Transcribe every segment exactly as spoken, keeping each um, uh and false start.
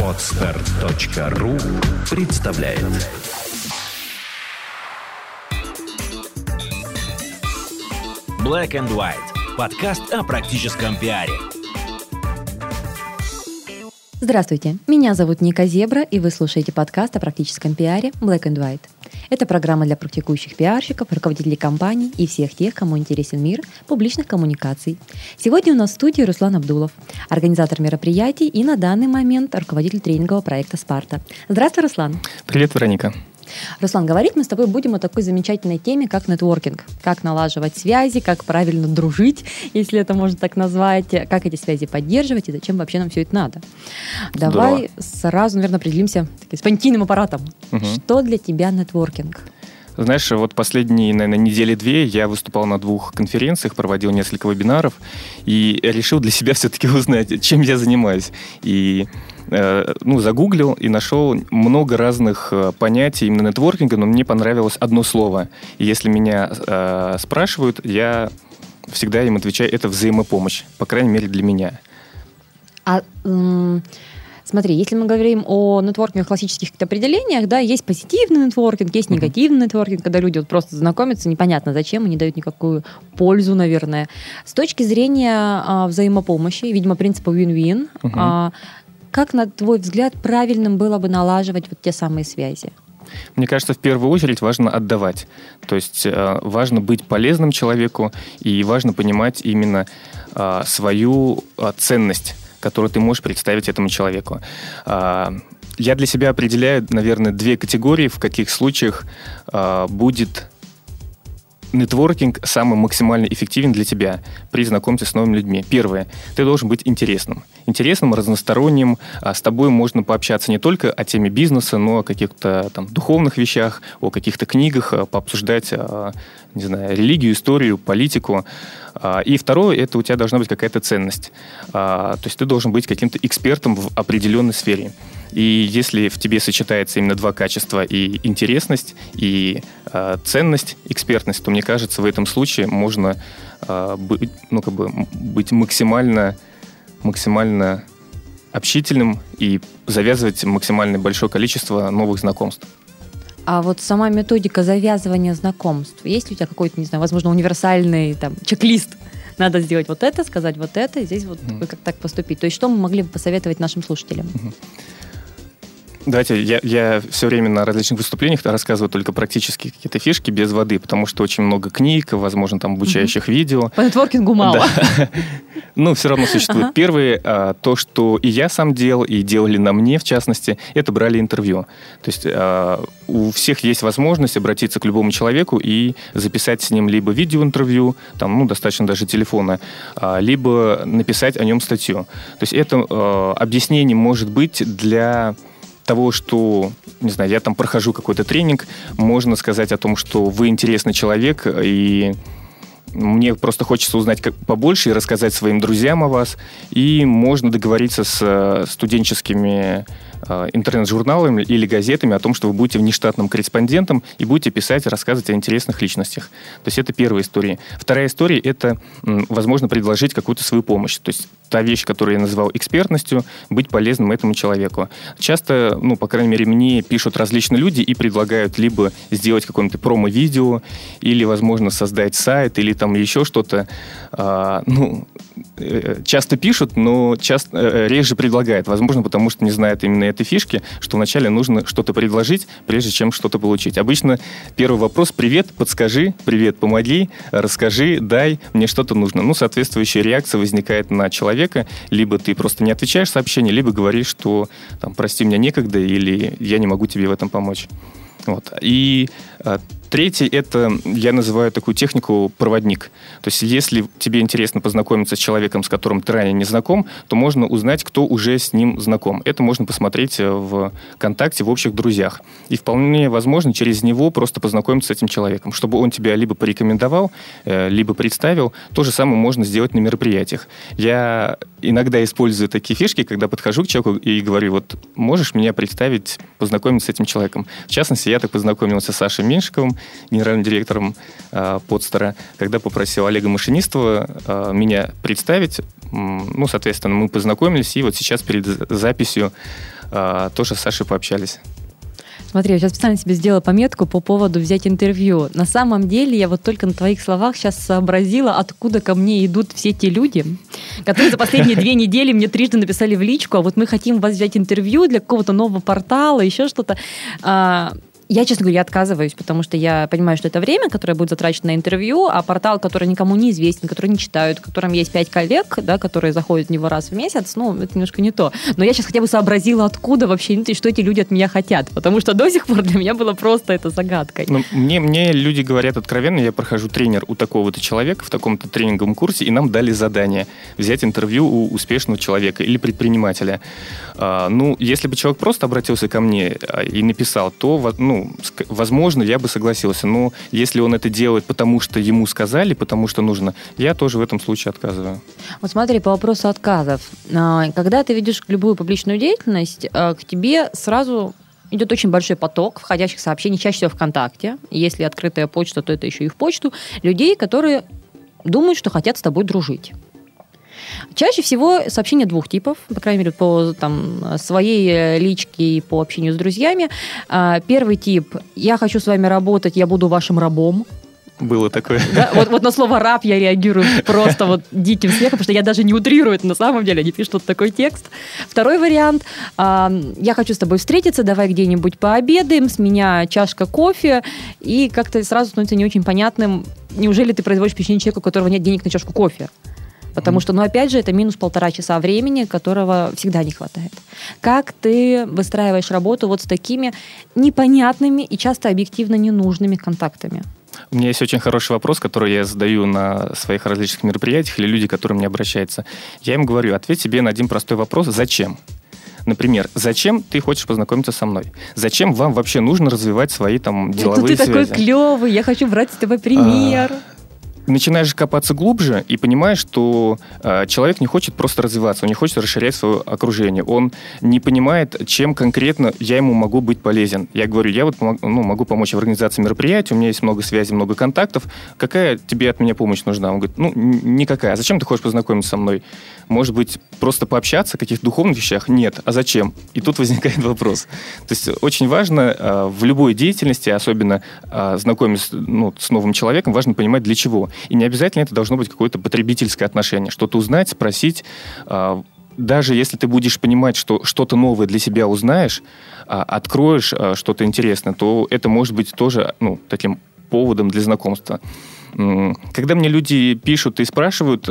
Подстер точка ру представляет. Black and White. Подкаст о практическом пиаре. Здравствуйте, меня зовут Ника Зебра, и вы слушаете подкаст о практическом пиаре Black and White. Это программа для практикующих пиарщиков, руководителей компаний и всех тех, кому интересен мир публичных коммуникаций. Сегодня у нас в студии Руслан Абдулов, организатор мероприятий и на данный момент руководитель тренингового проекта «Спарта». Здравствуй, Руслан. Привет, Вероника. Руслан, говорить мы с тобой будем о такой замечательной теме, как нетворкинг. Как налаживать связи, как правильно дружить, если это можно так назвать, как эти связи поддерживать и зачем вообще нам все это надо. Давай Здорово. Сразу, наверное, определимся с понятийным аппаратом. Угу. Что для тебя нетворкинг? Знаешь, вот последние, наверное, недели-две я выступал на двух конференциях, проводил несколько вебинаров и решил для себя все-таки узнать, чем я занимаюсь. И э, ну, загуглил и нашел много разных э, понятий именно нетворкинга, но мне понравилось одно слово. И если меня э, спрашивают, я всегда им отвечаю, это взаимопомощь, по крайней мере для меня. А... М- Смотри, если мы говорим о нетворкинге в классических определениях, да, есть позитивный нетворкинг, есть негативный нетворкинг, когда люди вот просто знакомятся, непонятно зачем, и не дают никакую пользу, наверное. С точки зрения а, взаимопомощи, видимо, принципа win-win, uh-huh. а, как, на твой взгляд, правильным было бы налаживать вот те самые связи? Мне кажется, в первую очередь важно отдавать. То есть э, важно быть полезным человеку, и важно понимать именно э, свою э, ценность, которую ты можешь представить этому человеку. Я для себя определяю, наверное, две категории, в каких случаях будет нетворкинг самый максимально эффективен для тебя при знакомстве с новыми людьми. Первое. Ты должен быть интересным. Интересным, разносторонним. С тобой можно пообщаться не только о теме бизнеса, но о каких-то там духовных вещах, о каких-то книгах, пообсуждать, не знаю, религию, историю, политику. И второе, это у тебя должна быть какая-то ценность. То есть ты должен быть каким-то экспертом в определенной сфере. И если в тебе сочетается именно два качества, и интересность, и э, ценность, экспертность, то, мне кажется, в этом случае можно э, быть, ну, как бы, быть максимально, максимально общительным и завязывать максимально большое количество новых знакомств. А вот сама методика завязывания знакомств, есть ли у тебя какой-то, не знаю, возможно, универсальный там, чек-лист? Надо сделать вот это, сказать вот это, и здесь вот mm. как так поступить. То есть что мы могли бы посоветовать нашим слушателям? Mm-hmm. Давайте, я, я все время на различных выступлениях рассказываю только практически какие-то фишки без воды, потому что очень много книг, возможно, там обучающих mm-hmm. видео. По нетворкингу мало. Да. Ну, все равно существует. Ага. Первое, а, то, что и я сам делал, и делали на мне, в частности, это брали интервью. То есть а, у всех есть возможность обратиться к любому человеку и записать с ним либо видеоинтервью, там, ну, достаточно даже телефона, а, либо написать о нем статью. То есть это а, объяснение может быть для того, что, не знаю, я там прохожу какой-то тренинг, можно сказать о том, что вы интересный человек, и мне просто хочется узнать как побольше и рассказать своим друзьям о вас. И можно договориться с студенческими э, интернет-журналами или газетами о том, что вы будете внештатным корреспондентом и будете писать, рассказывать о интересных личностях. То есть это первая история. Вторая история – это, м, возможно, предложить какую-то свою помощь. То есть та вещь, которую я называл экспертностью, быть полезным этому человеку. Часто, ну, по крайней мере, мне пишут различные люди и предлагают либо сделать какое-нибудь промо-видео, или, возможно, создать сайт, или там еще что-то. А, ну, часто пишут, но часто, реже предлагают. Возможно, потому что не знают именно этой фишки, что вначале нужно что-то предложить, прежде чем что-то получить. Обычно первый вопрос: привет, подскажи, привет, помоги, расскажи, дай, мне что-то нужно. Ну, соответствующая реакция возникает на человека. Либо ты просто не отвечаешь сообщение, либо говоришь, что там, прости, меня некогда, или я не могу тебе в этом помочь. Вот. И а, третий, это я называю такую технику проводник. То есть если тебе интересно познакомиться с человеком, с которым ты ранее не знаком, то можно узнать, кто уже с ним знаком. Это можно посмотреть в ВКонтакте, в общих друзьях. И вполне возможно через него просто познакомиться с этим человеком, чтобы он тебя либо порекомендовал, либо представил. То же самое можно сделать на мероприятиях. Я иногда использую такие фишки, когда подхожу к человеку и говорю: вот можешь меня представить, познакомиться с этим человеком. В частности, я так познакомился с Сашей Меньшиковым, генеральным директором э, Подстера, когда попросил Олега Машинистова э, меня представить. Ну, соответственно, мы познакомились, и вот сейчас перед записью э, тоже с Сашей пообщались. Смотри, я сейчас специально себе сделала пометку по поводу взять интервью. На самом деле, я вот только на твоих словах сейчас сообразила, откуда ко мне идут все те люди, которые за последние две недели мне трижды написали в личку, а вот мы хотим вас взять интервью для какого-то нового портала, еще что-то. Я, честно говоря, отказываюсь, потому что я понимаю, что это время, которое будет затрачено на интервью, а портал, который никому не известен, который не читают, в котором есть пять коллег, да, которые заходят в него раз в месяц, ну, это немножко не то. Но я сейчас хотя бы сообразила, откуда вообще, и что эти люди от меня хотят, потому что до сих пор для меня было просто это загадкой. Ну, мне, мне люди говорят откровенно, я прохожу тренер у такого-то человека в таком-то тренинговом курсе, и нам дали задание взять интервью у успешного человека или предпринимателя. А, ну, если бы человек просто обратился ко мне и написал, то, ну, возможно, я бы согласился. Но если он это делает, потому что ему сказали, потому что нужно, я тоже в этом случае отказываю. Вот смотри, по вопросу отказов. Когда ты ведешь любую публичную деятельность, к тебе сразу идет очень большой поток входящих сообщений, чаще всего ВКонтакте. Если открытая почта, то это еще и в почту. Людей, которые думают, что хотят с тобой дружить. Чаще всего сообщения двух типов, по крайней мере, по там, своей личке и по общению с друзьями. Первый тип – я хочу с вами работать, я буду вашим рабом. Было такое. Да? Вот, вот на слово «раб» я реагирую просто вот диким смехом, потому что я даже не утрирую это на самом деле, они пишут вот такой текст. Второй вариант – я хочу с тобой встретиться, давай где-нибудь пообедаем, с меня чашка кофе, и как-то сразу становится не очень понятным, неужели ты производишь впечатление человека, у которого нет денег на чашку кофе. Потому что, ну, опять же, это минус полтора часа времени, которого всегда не хватает. Как ты выстраиваешь работу вот с такими непонятными и часто объективно ненужными контактами? У меня есть очень хороший вопрос, который я задаю на своих различных мероприятиях или люди, к которым мне обращаются. Я им говорю, ответь себе на один простой вопрос «Зачем?». Например, зачем ты хочешь познакомиться со мной? Зачем вам вообще нужно развивать свои там деловые связи? Ты связи? такой клевый, я хочу брать с тобой пример. А- Начинаешь копаться глубже и понимаешь, что э, человек не хочет просто развиваться, он не хочет расширять свое окружение, он не понимает, чем конкретно я ему могу быть полезен. Я говорю, я вот помог, ну, могу помочь в организации мероприятий, у меня есть много связей, много контактов. Какая тебе от меня помощь нужна? Он говорит, ну, никакая. А зачем ты хочешь познакомиться со мной? Может быть, просто пообщаться о каких-то духовных вещах? Нет. А зачем? И тут возникает вопрос. То есть очень важно э, в любой деятельности, особенно э, знакомясь ну, с новым человеком, важно понимать, для чего. И не обязательно это должно быть какое-то потребительское отношение. Что-то узнать, спросить. Даже если ты будешь понимать, что что-то новое для себя узнаешь, откроешь что-то интересное, то это может быть тоже ну, таким поводом для знакомства. Когда мне люди пишут и спрашивают...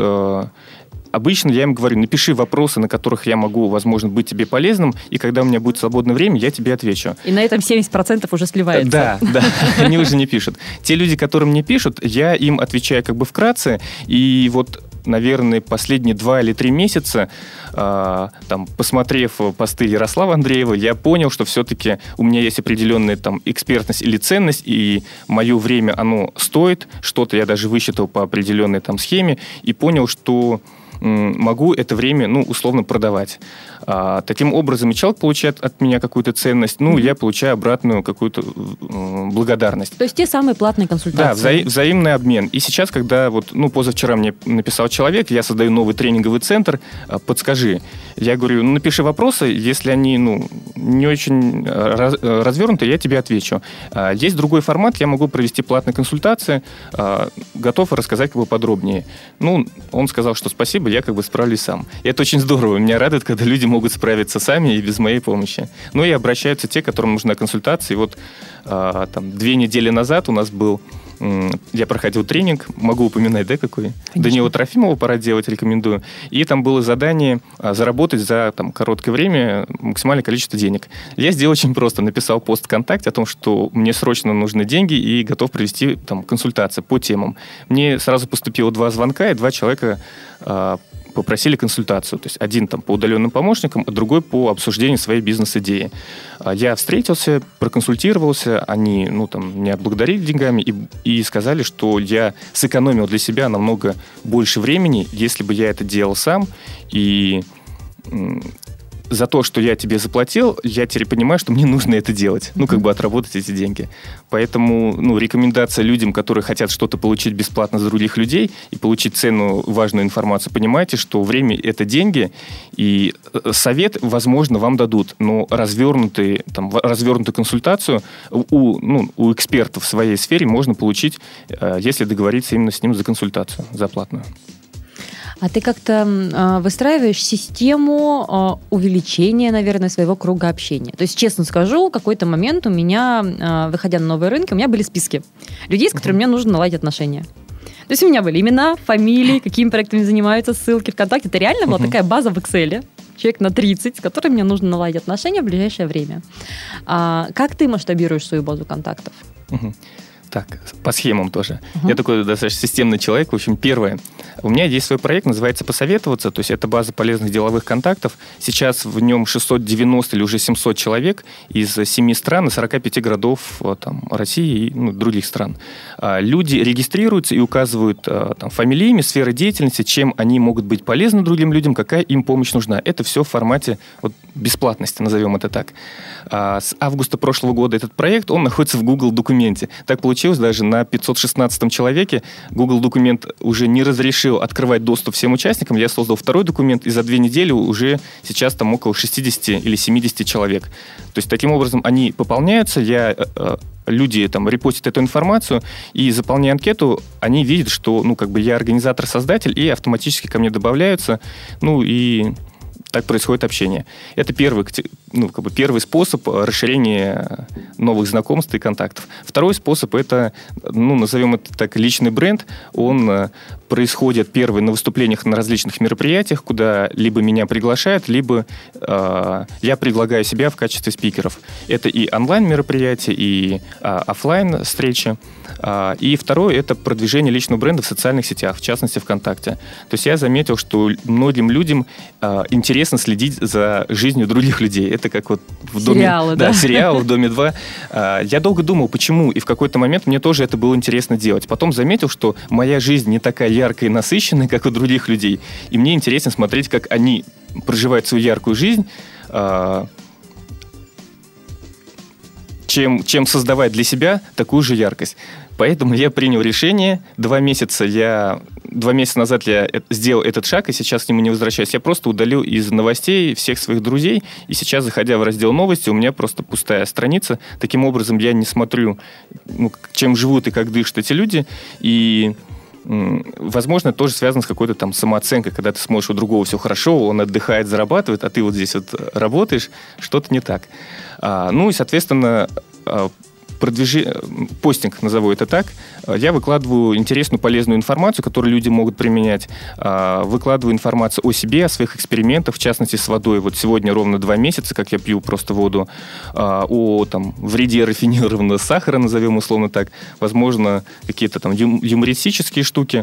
Обычно я им говорю, напиши вопросы, на которых я могу, возможно, быть тебе полезным, и когда у меня будет свободное время, я тебе отвечу. И на этом семьдесят процентов уже сливается. Да, да, они уже не пишут. Те люди, которые мне пишут, я им отвечаю как бы вкратце, и вот, наверное, последние два или три месяца, э, там, посмотрев посты Ярослава Андреева, я понял, что все-таки у меня есть определенная там экспертность или ценность, и мое время, оно стоит, что-то я даже высчитал по определенной там схеме, и понял, что могу это время, ну, условно продавать. А, таким образом, и человек получает от меня какую-то ценность, ну, mm-hmm. я получаю обратную какую-то э, благодарность. То есть те самые платные консультации. Да, вза- взаимный обмен. И сейчас, когда вот, ну, позавчера мне написал человек, я создаю новый тренинговый центр, подскажи. Я говорю, ну, напиши вопросы, если они, ну, не очень раз, развернуты, я тебе отвечу. А, есть другой формат, я могу провести платные консультации, а, готов рассказать как бы подробнее. Ну, он сказал, что спасибо, я как бы справлюсь сам. И это очень здорово. Меня радует, когда люди могут справиться сами и без моей помощи. Ну и обращаются те, которым нужна консультация. И вот а, там две недели назад у нас был... М- я проходил тренинг, могу упоминать, да, какой? Конечно. Данила Трофимова «Пора делать», рекомендую. И там было задание а, заработать за там, короткое время максимальное количество денег. Я сделал очень просто. Написал пост ВКонтакте о том, что мне срочно нужны деньги и готов провести там, консультации по темам. Мне сразу поступило два звонка, и два человека... А, попросили консультацию. То есть один там по удаленным помощникам, а другой по обсуждению своей бизнес-идеи. Я встретился, проконсультировался, они ну, там, меня благодарили деньгами и, и сказали, что я сэкономил для себя намного больше времени, если бы я это делал сам. И за то, что я тебе заплатил, я теперь понимаю, что мне нужно это делать. Ну, как бы отработать эти деньги. Поэтому, ну, рекомендация людям, которые хотят что-то получить бесплатно за других людей и получить ценную, важную информацию, понимайте, что время – это деньги, и совет, возможно, вам дадут, но развернутый, там, развернутую консультацию у, ну, у экспертов в своей сфере можно получить, если договориться именно с ним за консультацию, за платную. А ты как-то э, выстраиваешь систему э, увеличения, наверное, своего круга общения. То есть, честно скажу, в какой-то момент у меня, э, выходя на новые рынки, у меня были списки людей, с которыми мне нужно наладить отношения. То есть у меня были имена, фамилии, какими проектами занимаются, ссылки ВКонтакте. Это реально была такая база в Excel, человек на тридцать, с которым мне нужно наладить отношения в ближайшее время. А как ты масштабируешь свою базу контактов? Так, по схемам тоже. Uh-huh. Я такой достаточно системный человек. В общем, первое. У меня есть свой проект, называется «Посоветоваться». То есть это база полезных деловых контактов. Сейчас в нем шестьсот девяносто или уже семьсот человек из семи стран и сорока пяти городов там, России и ну, других стран. Люди регистрируются и указывают там, фамилии, имя, сферы деятельности, чем они могут быть полезны другим людям, какая им помощь нужна. Это все в формате вот, бесплатности, назовем это так. С августа прошлого года этот проект, он находится в Google документе. Так получилось, даже на пятьсот шестнадцатом человеке Google документ уже не разрешил открывать доступ всем участникам. Я создал второй документ, и за две недели уже сейчас там около шестьдесят или семьдесят человек. То есть таким образом они пополняются, я, люди там репостят эту информацию, и заполняя анкету, они видят, что ну, как бы я организатор-создатель, и автоматически ко мне добавляются, ну и так происходит общение. Это первый, ну, как бы первый способ расширения новых знакомств и контактов. Второй способ – это, ну, назовем это так, личный бренд. Он происходит, первый, на выступлениях на различных мероприятиях, куда либо меня приглашают, либо э, я предлагаю себя в качестве спикеров. Это и онлайн-мероприятия, и э, офлайн-встречи. Э, и второе – это продвижение личного бренда в социальных сетях, в частности, ВКонтакте. То есть я заметил, что многим людям э, интересно следить за жизнью других людей. Это как вот в доме... Сериалы, да? Да, сериал в «Доме два». Э, я долго думал, почему, и в какой-то момент мне тоже это было интересно делать. Потом заметил, что моя жизнь не такая яркая и насыщенная, как у других людей. И мне интересно смотреть, как они проживают свою яркую жизнь, чем, чем создавать для себя такую же яркость. Поэтому я принял решение. Два месяца, я, два месяца назад я сделал этот шаг, и сейчас к нему не возвращаюсь. Я просто удалил из новостей всех своих друзей, и сейчас, заходя в раздел новости, у меня просто пустая страница. Таким образом, я не смотрю, ну, чем живут и как дышат эти люди, и возможно, это тоже связано с какой-то там самооценкой, когда ты смотришь, у другого все хорошо, он отдыхает, зарабатывает, а ты вот здесь вот работаешь, что-то не так. А, ну и, соответственно, продвижи... постинг, назову это так, я выкладываю интересную, полезную информацию, которую люди могут применять. Выкладываю информацию о себе, о своих экспериментах, в частности, с водой. Вот сегодня ровно два месяца, как я пью просто воду. О там, вреде рафинированного сахара, назовем условно так. Возможно, какие-то там юмористические штуки.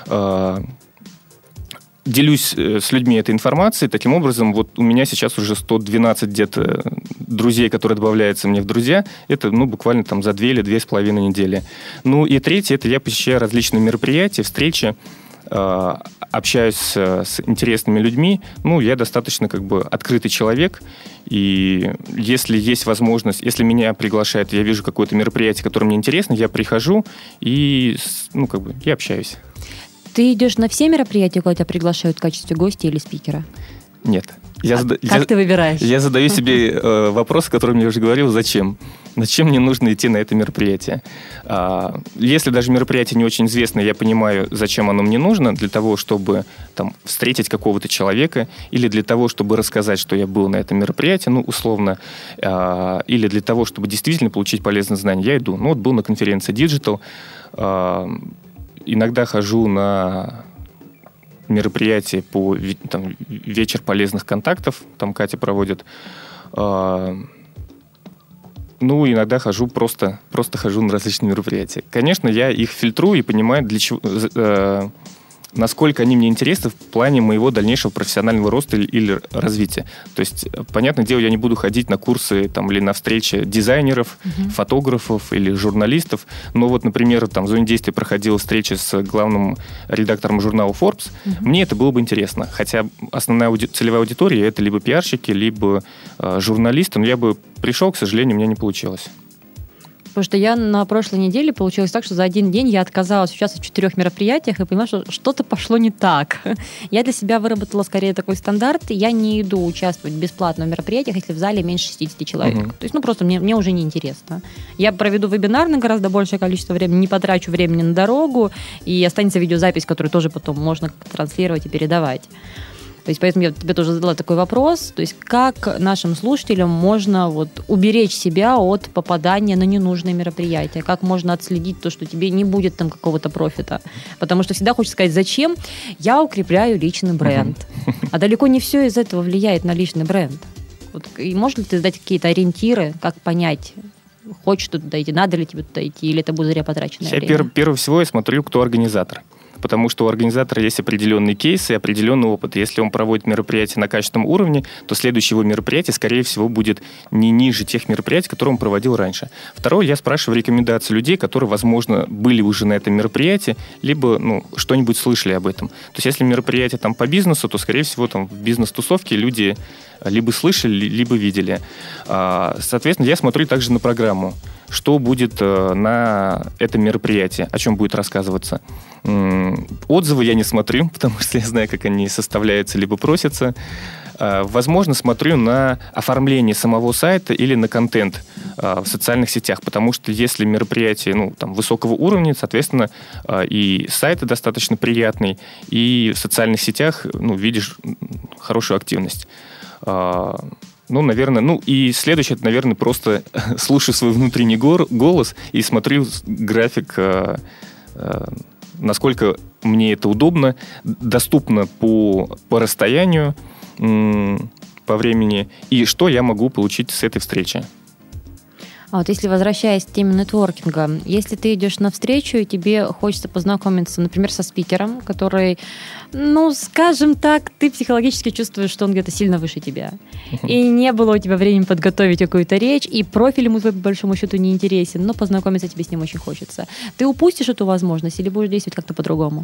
Делюсь с людьми этой информацией. Таким образом, вот у меня сейчас уже сто двенадцать где-то друзей, которые добавляются мне в друзья. Это, ну, буквально там за две или две с половиной недели. Ну, и третье, это я посещаю различные мероприятия, встречи, э, общаюсь с, с интересными людьми. Ну, я достаточно, как бы, открытый человек. И если есть возможность, если меня приглашают, я вижу какое-то мероприятие, которое мне интересно, я прихожу и, ну, как бы, я общаюсь. Ты идешь на все мероприятия, когда тебя приглашают в качестве гостя или спикера? Нет. Я а зада... Как я... ты выбираешь? Я задаю себе э, вопрос, о котором я уже говорил, зачем? Зачем мне нужно идти на это мероприятие? А, если даже мероприятие не очень известное, я понимаю, зачем оно мне нужно, для того, чтобы там, встретить какого-то человека, или для того, чтобы рассказать, что я был на этом мероприятии, ну, условно, а, или для того, чтобы действительно получить полезные знания, я иду. Ну, вот был на конференции Digital, а, иногда хожу на мероприятия по там, вечер полезных контактов, там Катя проводит. А, ну, иногда хожу просто, просто хожу на различные мероприятия. Конечно, я их фильтрую и понимаю, для чего, насколько они мне интересны в плане моего дальнейшего профессионального роста или, или развития. То есть, понятное дело, я не буду ходить на курсы там, или на встречи дизайнеров, uh-huh. фотографов или журналистов. Но вот, например, там в «Зоне действия» проходила встреча с главным редактором журнала Forbes. Uh-huh. Мне это было бы интересно. Хотя основная ауди- целевая аудитория — это либо пиарщики, либо э, журналисты. Но я бы пришел, к сожалению, у меня не получилось. Потому что я на прошлой неделе получилось так, что за один день я отказалась участвовать в четырех мероприятиях и поняла, что что-то пошло не так. Я для себя выработала скорее такой стандарт. Я не иду участвовать бесплатно в мероприятиях, если в зале меньше шестьдесят человек. Угу. То есть, ну, просто мне, мне уже неинтересно. Я проведу вебинар на гораздо большее количество времени, не потрачу времени на дорогу, и останется видеозапись, которую тоже потом можно транслировать и передавать. То есть поэтому я тебе тоже задала такой вопрос, то есть как нашим слушателям можно вот уберечь себя от попадания на ненужные мероприятия, как можно отследить то, что тебе не будет там какого-то профита, потому что всегда хочется сказать, зачем я укрепляю личный бренд, а далеко не все из этого влияет на личный бренд. Вот, и можешь ли ты дать какие-то ориентиры, как понять, хочешь ты туда идти, надо ли тебе туда идти, или это будет зря потраченное я время? Пер- Прежде всего я смотрю, кто организатор. Потому что у организатора есть определенные кейсы и определенный опыт. Если он проводит мероприятие на качественном уровне, то следующее его мероприятие, скорее всего, будет не ниже тех мероприятий, которые он проводил раньше. Второе, я спрашиваю рекомендации людей, которые, возможно, были уже на этом мероприятии, либо ну, что-нибудь слышали об этом. То есть если мероприятие там, по бизнесу, то, скорее всего, там, в бизнес-тусовке люди либо слышали, либо видели. Соответственно, я смотрю также на программу, что будет на этом мероприятии, о чем будет рассказываться. Отзывы я не смотрю, потому что я знаю, как они составляются, либо просятся. Возможно, смотрю на оформление самого сайта или на контент в социальных сетях, потому что если мероприятие ну, там, высокого уровня, соответственно, и сайт достаточно приятный, и в социальных сетях ну, видишь хорошую активность. Ну, наверное, ну и следующее, это, наверное, просто слушаю свой внутренний гор- голос и смотрю график, э, э, насколько мне это удобно, доступно по, по расстоянию, э, по времени, и что я могу получить с этой встречи. А вот если возвращаясь к теме нетворкинга, если ты идешь на встречу и тебе хочется познакомиться, например, со спикером, который, ну, скажем так, ты психологически чувствуешь, что он где-то сильно выше тебя, uh-huh. и не было у тебя времени подготовить какую-то речь, и профиль ему, по большому счету, не интересен, но познакомиться тебе с ним очень хочется. Ты упустишь эту возможность или будешь действовать как-то по-другому?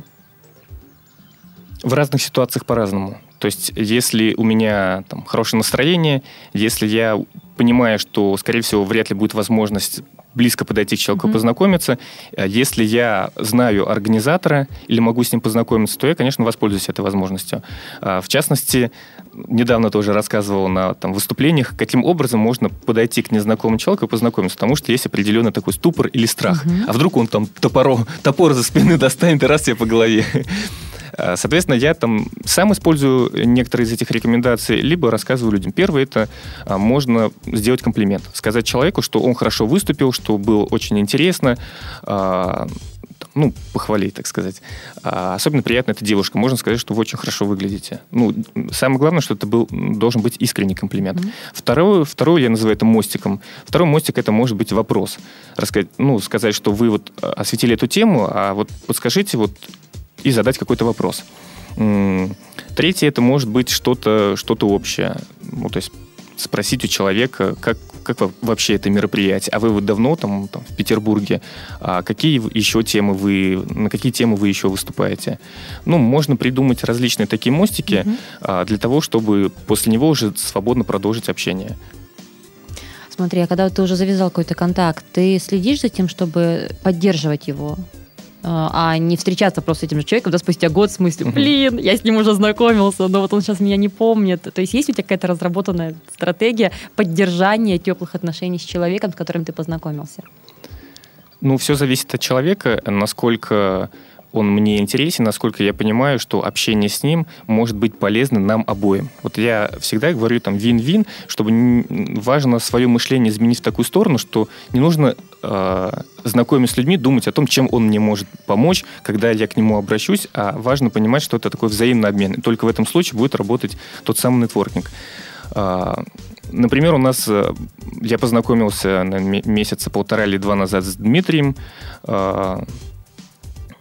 В разных ситуациях по-разному. То есть, если у меня там, хорошее настроение, если я понимаю, что, скорее всего, вряд ли будет возможность близко подойти к человеку, mm-hmm. познакомиться, если я знаю организатора или могу с ним познакомиться, то я, конечно, воспользуюсь этой возможностью. В частности, недавно тоже рассказывал на там, выступлениях, каким образом можно подойти к незнакомому человеку и познакомиться, потому что есть определенный такой ступор или страх. Mm-hmm. А вдруг он там топором, топор за спины достанет и раз тебе по голове. Соответственно, я там сам использую некоторые из этих рекомендаций, либо рассказываю людям. Первое, это можно сделать комплимент. Сказать человеку, что он хорошо выступил, что было очень интересно, ну, похвалить, так сказать. Особенно приятно это девушка. Можно сказать, что вы очень хорошо выглядите. Ну, самое главное, что это был, должен быть искренний комплимент. Mm-hmm. Второе, второе, я называю это мостиком. Второй мостик, это может быть вопрос. Рассказать, ну, сказать, что вы вот осветили эту тему, а вот подскажите, вот и задать какой-то вопрос. Третье, это может быть что-то, что-то общее. Ну, то есть спросить у человека, как, как вообще это мероприятие. А вы вот давно там, там в Петербурге? А какие еще темы вы, на какие темы вы еще выступаете? Ну, можно придумать различные такие мостики mm-hmm. для того, чтобы после него уже свободно продолжить общение. Смотри, а когда ты уже завязал какой-то контакт, ты следишь за тем, чтобы поддерживать его? А не встречаться просто с этим же человеком, да, спустя год с мыслью, блин, я с ним уже знакомился, но вот он сейчас меня не помнит. То есть есть у тебя какая-то разработанная стратегия поддержания теплых отношений с человеком, с которым ты познакомился? Ну, все зависит от человека, насколько он мне интересен, насколько я понимаю, что общение с ним может быть полезно нам обоим. Вот я всегда говорю там вин-вин, чтобы важно свое мышление изменить в такую сторону, что не нужно, э, знакомясь с людьми, думать о том, чем он мне может помочь, когда я к нему обращусь, а важно понимать, что это такой взаимный обмен. И только в этом случае будет работать тот самый нетворкинг. Э, Например, у нас, я познакомился месяца полтора или два назад с Дмитрием.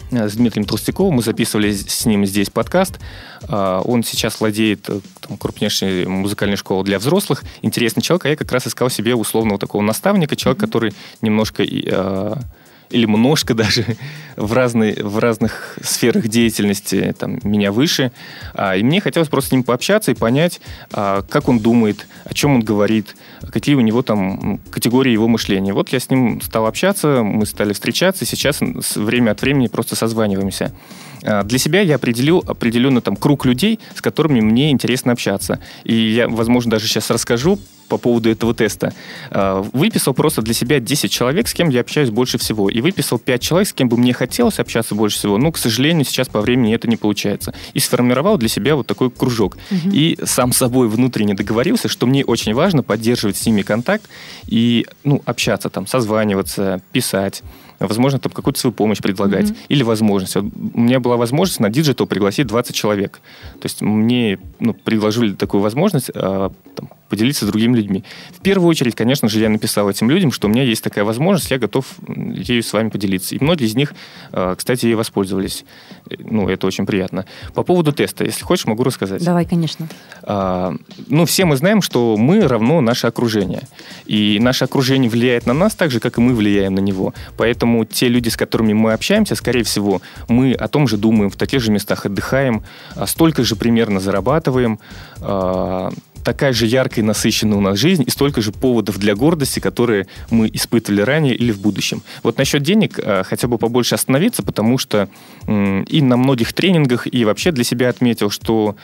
с Дмитрием Толстяковым. Мы записывали с ним здесь подкаст. Он сейчас владеет там, крупнейшей музыкальной школой для взрослых. Интересный человек. А я как раз искал себе условного такого наставника, человека, mm-hmm. который немножко... или немножко даже в, разные, в разных сферах деятельности там, меня выше. И мне хотелось просто с ним пообщаться и понять, как он думает, о чем он говорит, какие у него там категории его мышления. Вот я с ним стал общаться, мы стали встречаться, и сейчас время от времени просто созваниваемся. Для себя я определил определенный там, круг людей, с которыми мне интересно общаться. И я, возможно, даже сейчас расскажу по поводу этого теста. Выписал просто для себя десять человек, с кем я общаюсь больше всего. И выписал пять человек, с кем бы мне хотелось общаться больше всего. Но, к сожалению, сейчас по времени это не получается. И сформировал для себя вот такой кружок. Угу. И сам собой внутренне договорился, что мне очень важно поддерживать с ними контакт и ну, общаться, там, созваниваться, писать. Возможно, там какую-то свою помощь предлагать. Mm-hmm. Или возможность. Вот у меня была возможность на диджитал пригласить двадцать человек. То есть мне ну, предложили такую возможность а, там, поделиться с другими людьми. В первую очередь, конечно же, я написал этим людям, что у меня есть такая возможность, я готов ею с вами поделиться. И многие из них, а, кстати, ей воспользовались. Ну, это очень приятно. По поводу теста, если хочешь, могу рассказать. Давай, конечно. А, ну, все мы знаем, что мы равно наше окружение. И наше окружение влияет на нас так же, как и мы влияем на него. Поэтому Поэтому те люди, с которыми мы общаемся, скорее всего, мы о том же думаем, в таких же местах отдыхаем, столько же примерно зарабатываем, такая же яркая и насыщенная у нас жизнь, и столько же поводов для гордости, которые мы испытывали ранее или в будущем. Вот насчет денег хотя бы побольше остановиться, потому что и на многих тренингах, и вообще для себя отметил, что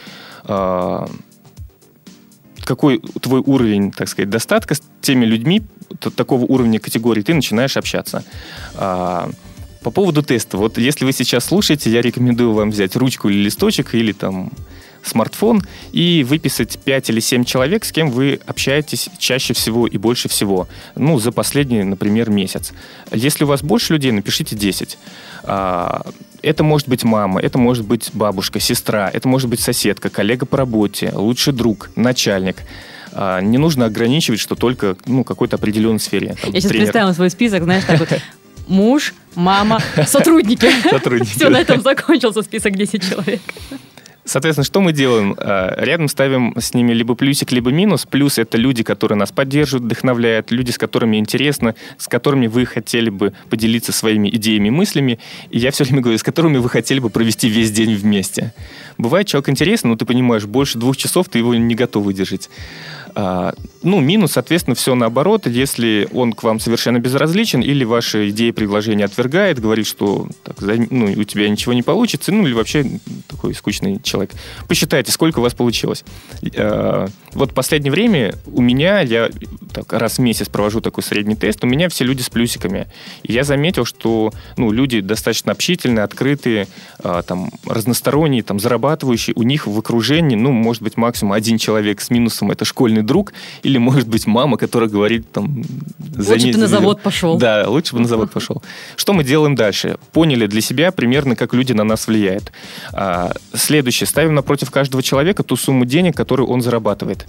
какой твой уровень, так сказать, достатка с теми людьми, такого уровня категории, ты начинаешь общаться. А, по поводу теста. Вот если вы сейчас слушаете, я рекомендую вам взять ручку или листочек, или там смартфон, и выписать пять или семь человек, с кем вы общаетесь чаще всего и больше всего. Ну, за последний, например, месяц. Если у вас больше людей, напишите десять. А, это может быть мама, это может быть бабушка, сестра, это может быть соседка, коллега по работе, лучший друг, начальник. А, не нужно ограничивать, что только ну, какой-то определенной сфере. Там, я сейчас тренер. представила свой список, знаешь, так вот. Муж, мама, сотрудники. Сотрудники. Все, на этом закончился список десять человек. Соответственно, что мы делаем? Рядом ставим с ними либо плюсик, либо минус. Плюс — это люди, которые нас поддерживают, вдохновляют, люди, с которыми интересно, с которыми вы хотели бы поделиться своими идеями, мыслями. И я все время говорю, с которыми вы хотели бы провести весь день вместе. Бывает, человек интересный, но ты понимаешь, больше двух часов ты его не готов выдержать. А, ну, минус, соответственно, все наоборот. Если он к вам совершенно безразличен или ваши идеи, предложения отвергает, говорит, что так, ну, у тебя ничего не получится, ну, или вообще такой скучный человек. Посчитайте, сколько у вас получилось. А, вот в последнее время у меня, я так, раз в месяц провожу такой средний тест, у меня все люди с плюсиками. И я заметил, что ну, люди достаточно общительные, открытые, а, там, разносторонние, там, зарабатывающие. У них в окружении, ну, может быть, максимум один человек с минусом, это школьный друг, или, может быть, мама, которая говорит, там... Лучше ты на завод пошел. Да, лучше бы на завод пошел. Что мы делаем дальше? Поняли для себя примерно, как люди на нас влияют. А, следующее. Ставим напротив каждого человека ту сумму денег, которую он зарабатывает.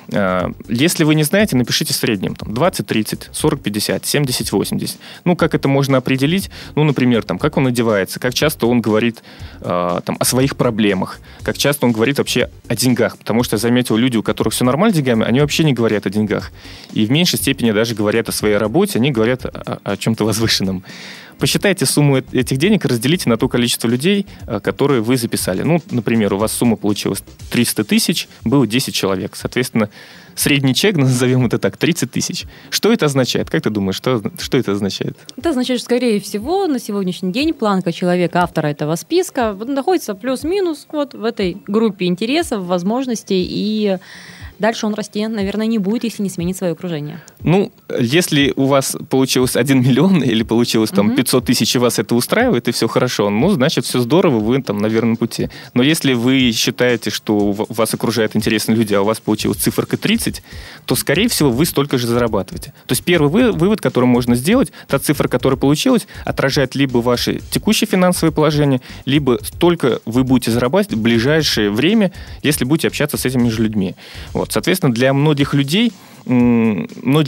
Если вы не знаете, напишите в среднем там, двадцать, тридцать, сорок, пятьдесят, семьдесят, восемьдесят. Ну, как это можно определить? Ну, например, там, как он одевается, как часто он говорит э, там, о своих проблемах, как часто он говорит вообще о деньгах. Потому что я заметил, люди, у которых все нормально с деньгами, они вообще не говорят о деньгах. И в меньшей степени даже говорят о своей работе, они говорят о, о чем-то возвышенном. Посчитайте сумму этих денег и разделите на то количество людей, которые вы записали. Ну, например, у вас сумма получилась триста тысяч, было десять человек. Соответственно, средний чек, назовем это так, тридцать тысяч. Что это означает? Как ты думаешь, что, что это означает? Это означает, что, скорее всего, на сегодняшний день планка человека, автора этого списка, находится плюс-минус вот в этой группе интересов, возможностей, и дальше он расти, наверное, не будет, если не сменит свое окружение. Ну, если у вас получилось один миллион или получилось там пятьсот тысяч, и вас это устраивает, и все хорошо, ну, значит, все здорово, вы там на верном пути. Но если вы считаете, что вас окружают интересные люди, а у вас получилась циферка тридцать, то, скорее всего, вы столько же зарабатываете. То есть первый вы, вывод, который можно сделать, та цифра, которая получилась, отражает либо ваше текущее финансовое положение, либо столько вы будете зарабатывать в ближайшее время, если будете общаться с этими же людьми. Вот. Соответственно, для многих людей, многие люди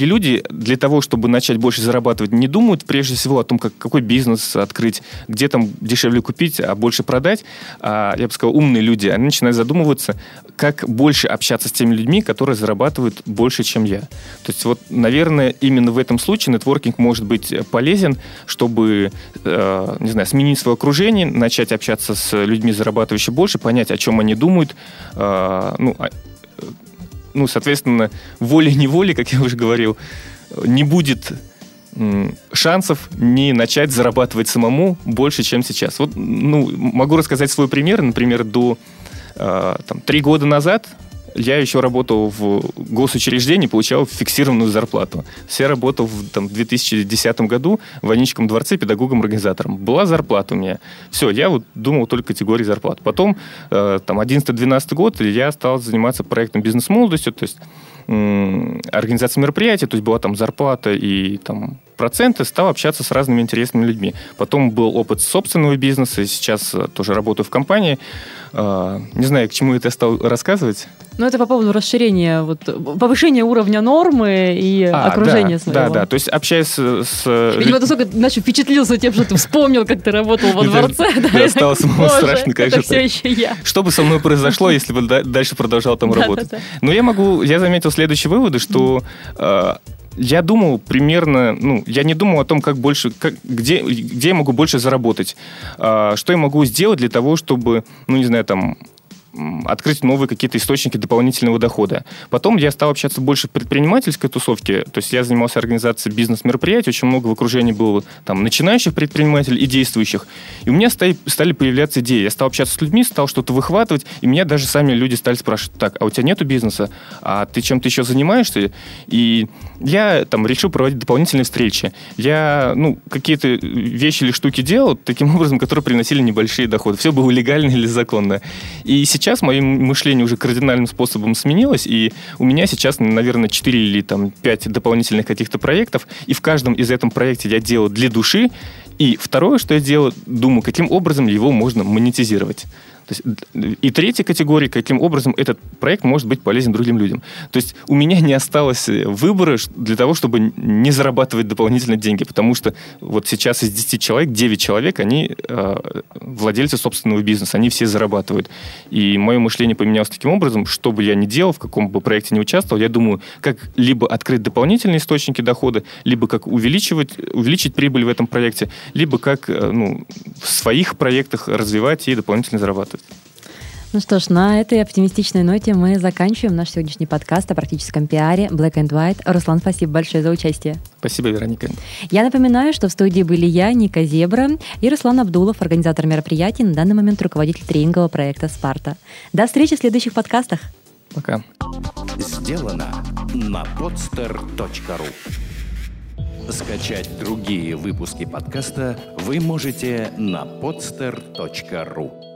для того, чтобы начать больше зарабатывать, не думают прежде всего о том, как, какой бизнес открыть, где там дешевле купить, а больше продать. А, я бы сказал, умные люди, они начинают задумываться, как больше общаться с теми людьми, которые зарабатывают больше, чем я. То есть вот, наверное, именно в этом случае нетворкинг может быть полезен, чтобы, э, не знаю, сменить свое окружение, начать общаться с людьми, зарабатывающими больше, понять, о чем они думают, э, ну, ну, соответственно, волей-неволей, как я уже говорил, не будет м, шансов не начать зарабатывать самому больше, чем сейчас. Вот, ну, могу рассказать свой пример. Например, до э, там, три года назад я еще работал в госучреждении, получал фиксированную зарплату. Я работал в там, две тысячи десятом году в Аническом дворце педагогом-организатором. Была зарплата у меня. Все, я вот думал только категории зарплат. Потом, э, там, одиннадцатый-двенадцатый год, я стал заниматься проектом «Бизнес-молодостью», то есть м- организация мероприятий, то есть была там зарплата и там проценты, стал общаться с разными интересными людьми. Потом был опыт собственного бизнеса, сейчас тоже работаю в компании. Э, не знаю, к чему это я стал рассказывать. Ну, это по поводу расширения, вот, повышения уровня нормы и а, окружения да, своего. Да, да, то есть общаясь с... с... Видимо, ты только значит, впечатлился тем, что ты вспомнил, как ты работал во дворце. Да, стало самому страшно, как же это все еще я. Что бы со мной произошло, если бы дальше продолжал там работать? Но я могу, я заметил следующие выводы, что... Я думал примерно, ну, я не думал о том, как больше, как, где, где я могу больше заработать, что я могу сделать для того, чтобы, ну, не знаю, там, открыть новые какие-то источники дополнительного дохода. Потом я стал общаться больше в предпринимательской тусовке, то есть я занимался организацией бизнес-мероприятий, очень много в окружении было там начинающих предпринимателей и действующих, и у меня стали, стали появляться идеи. Я стал общаться с людьми, стал что-то выхватывать, и меня даже сами люди стали спрашивать: так, а у тебя нету бизнеса? А ты чем-то еще занимаешься? И я там решил проводить дополнительные встречи. Я, ну, какие-то вещи или штуки делал таким образом, которые приносили небольшие доходы. Все было легально или законно. И сейчас мое мышление уже кардинальным способом сменилось, и у меня сейчас, наверное, четыре или там, пять дополнительных каких-то проектов, и в каждом из этом проекте я делаю для души, и второе, что я делаю, думаю, каким образом его можно монетизировать. То есть, и третья категория, каким образом этот проект может быть полезен другим людям. То есть у меня не осталось выбора для того, чтобы не зарабатывать дополнительно деньги, потому что вот сейчас из десяти человек, девять человек, они э, владельцы собственного бизнеса, они все зарабатывают. И мое мышление поменялось таким образом, что бы я ни делал, в каком бы проекте ни участвовал, я думаю, как либо открыть дополнительные источники дохода, либо как увеличивать, увеличить прибыль в этом проекте, либо как ну, в своих проектах развивать и дополнительно зарабатывать. Ну что ж, на этой оптимистичной ноте мы заканчиваем наш сегодняшний подкаст о практическом пиаре Black and White. Руслан, спасибо большое за участие. Спасибо, Вероника. Я напоминаю, что в студии были я, Ника Зебра, и Руслан Абдулов, организатор мероприятий, на данный момент руководитель тренингового проекта «Спарта». До встречи в следующих подкастах. Пока. Сделано на podster точка ру. Скачать другие выпуски подкаста вы можете на podster точка ру.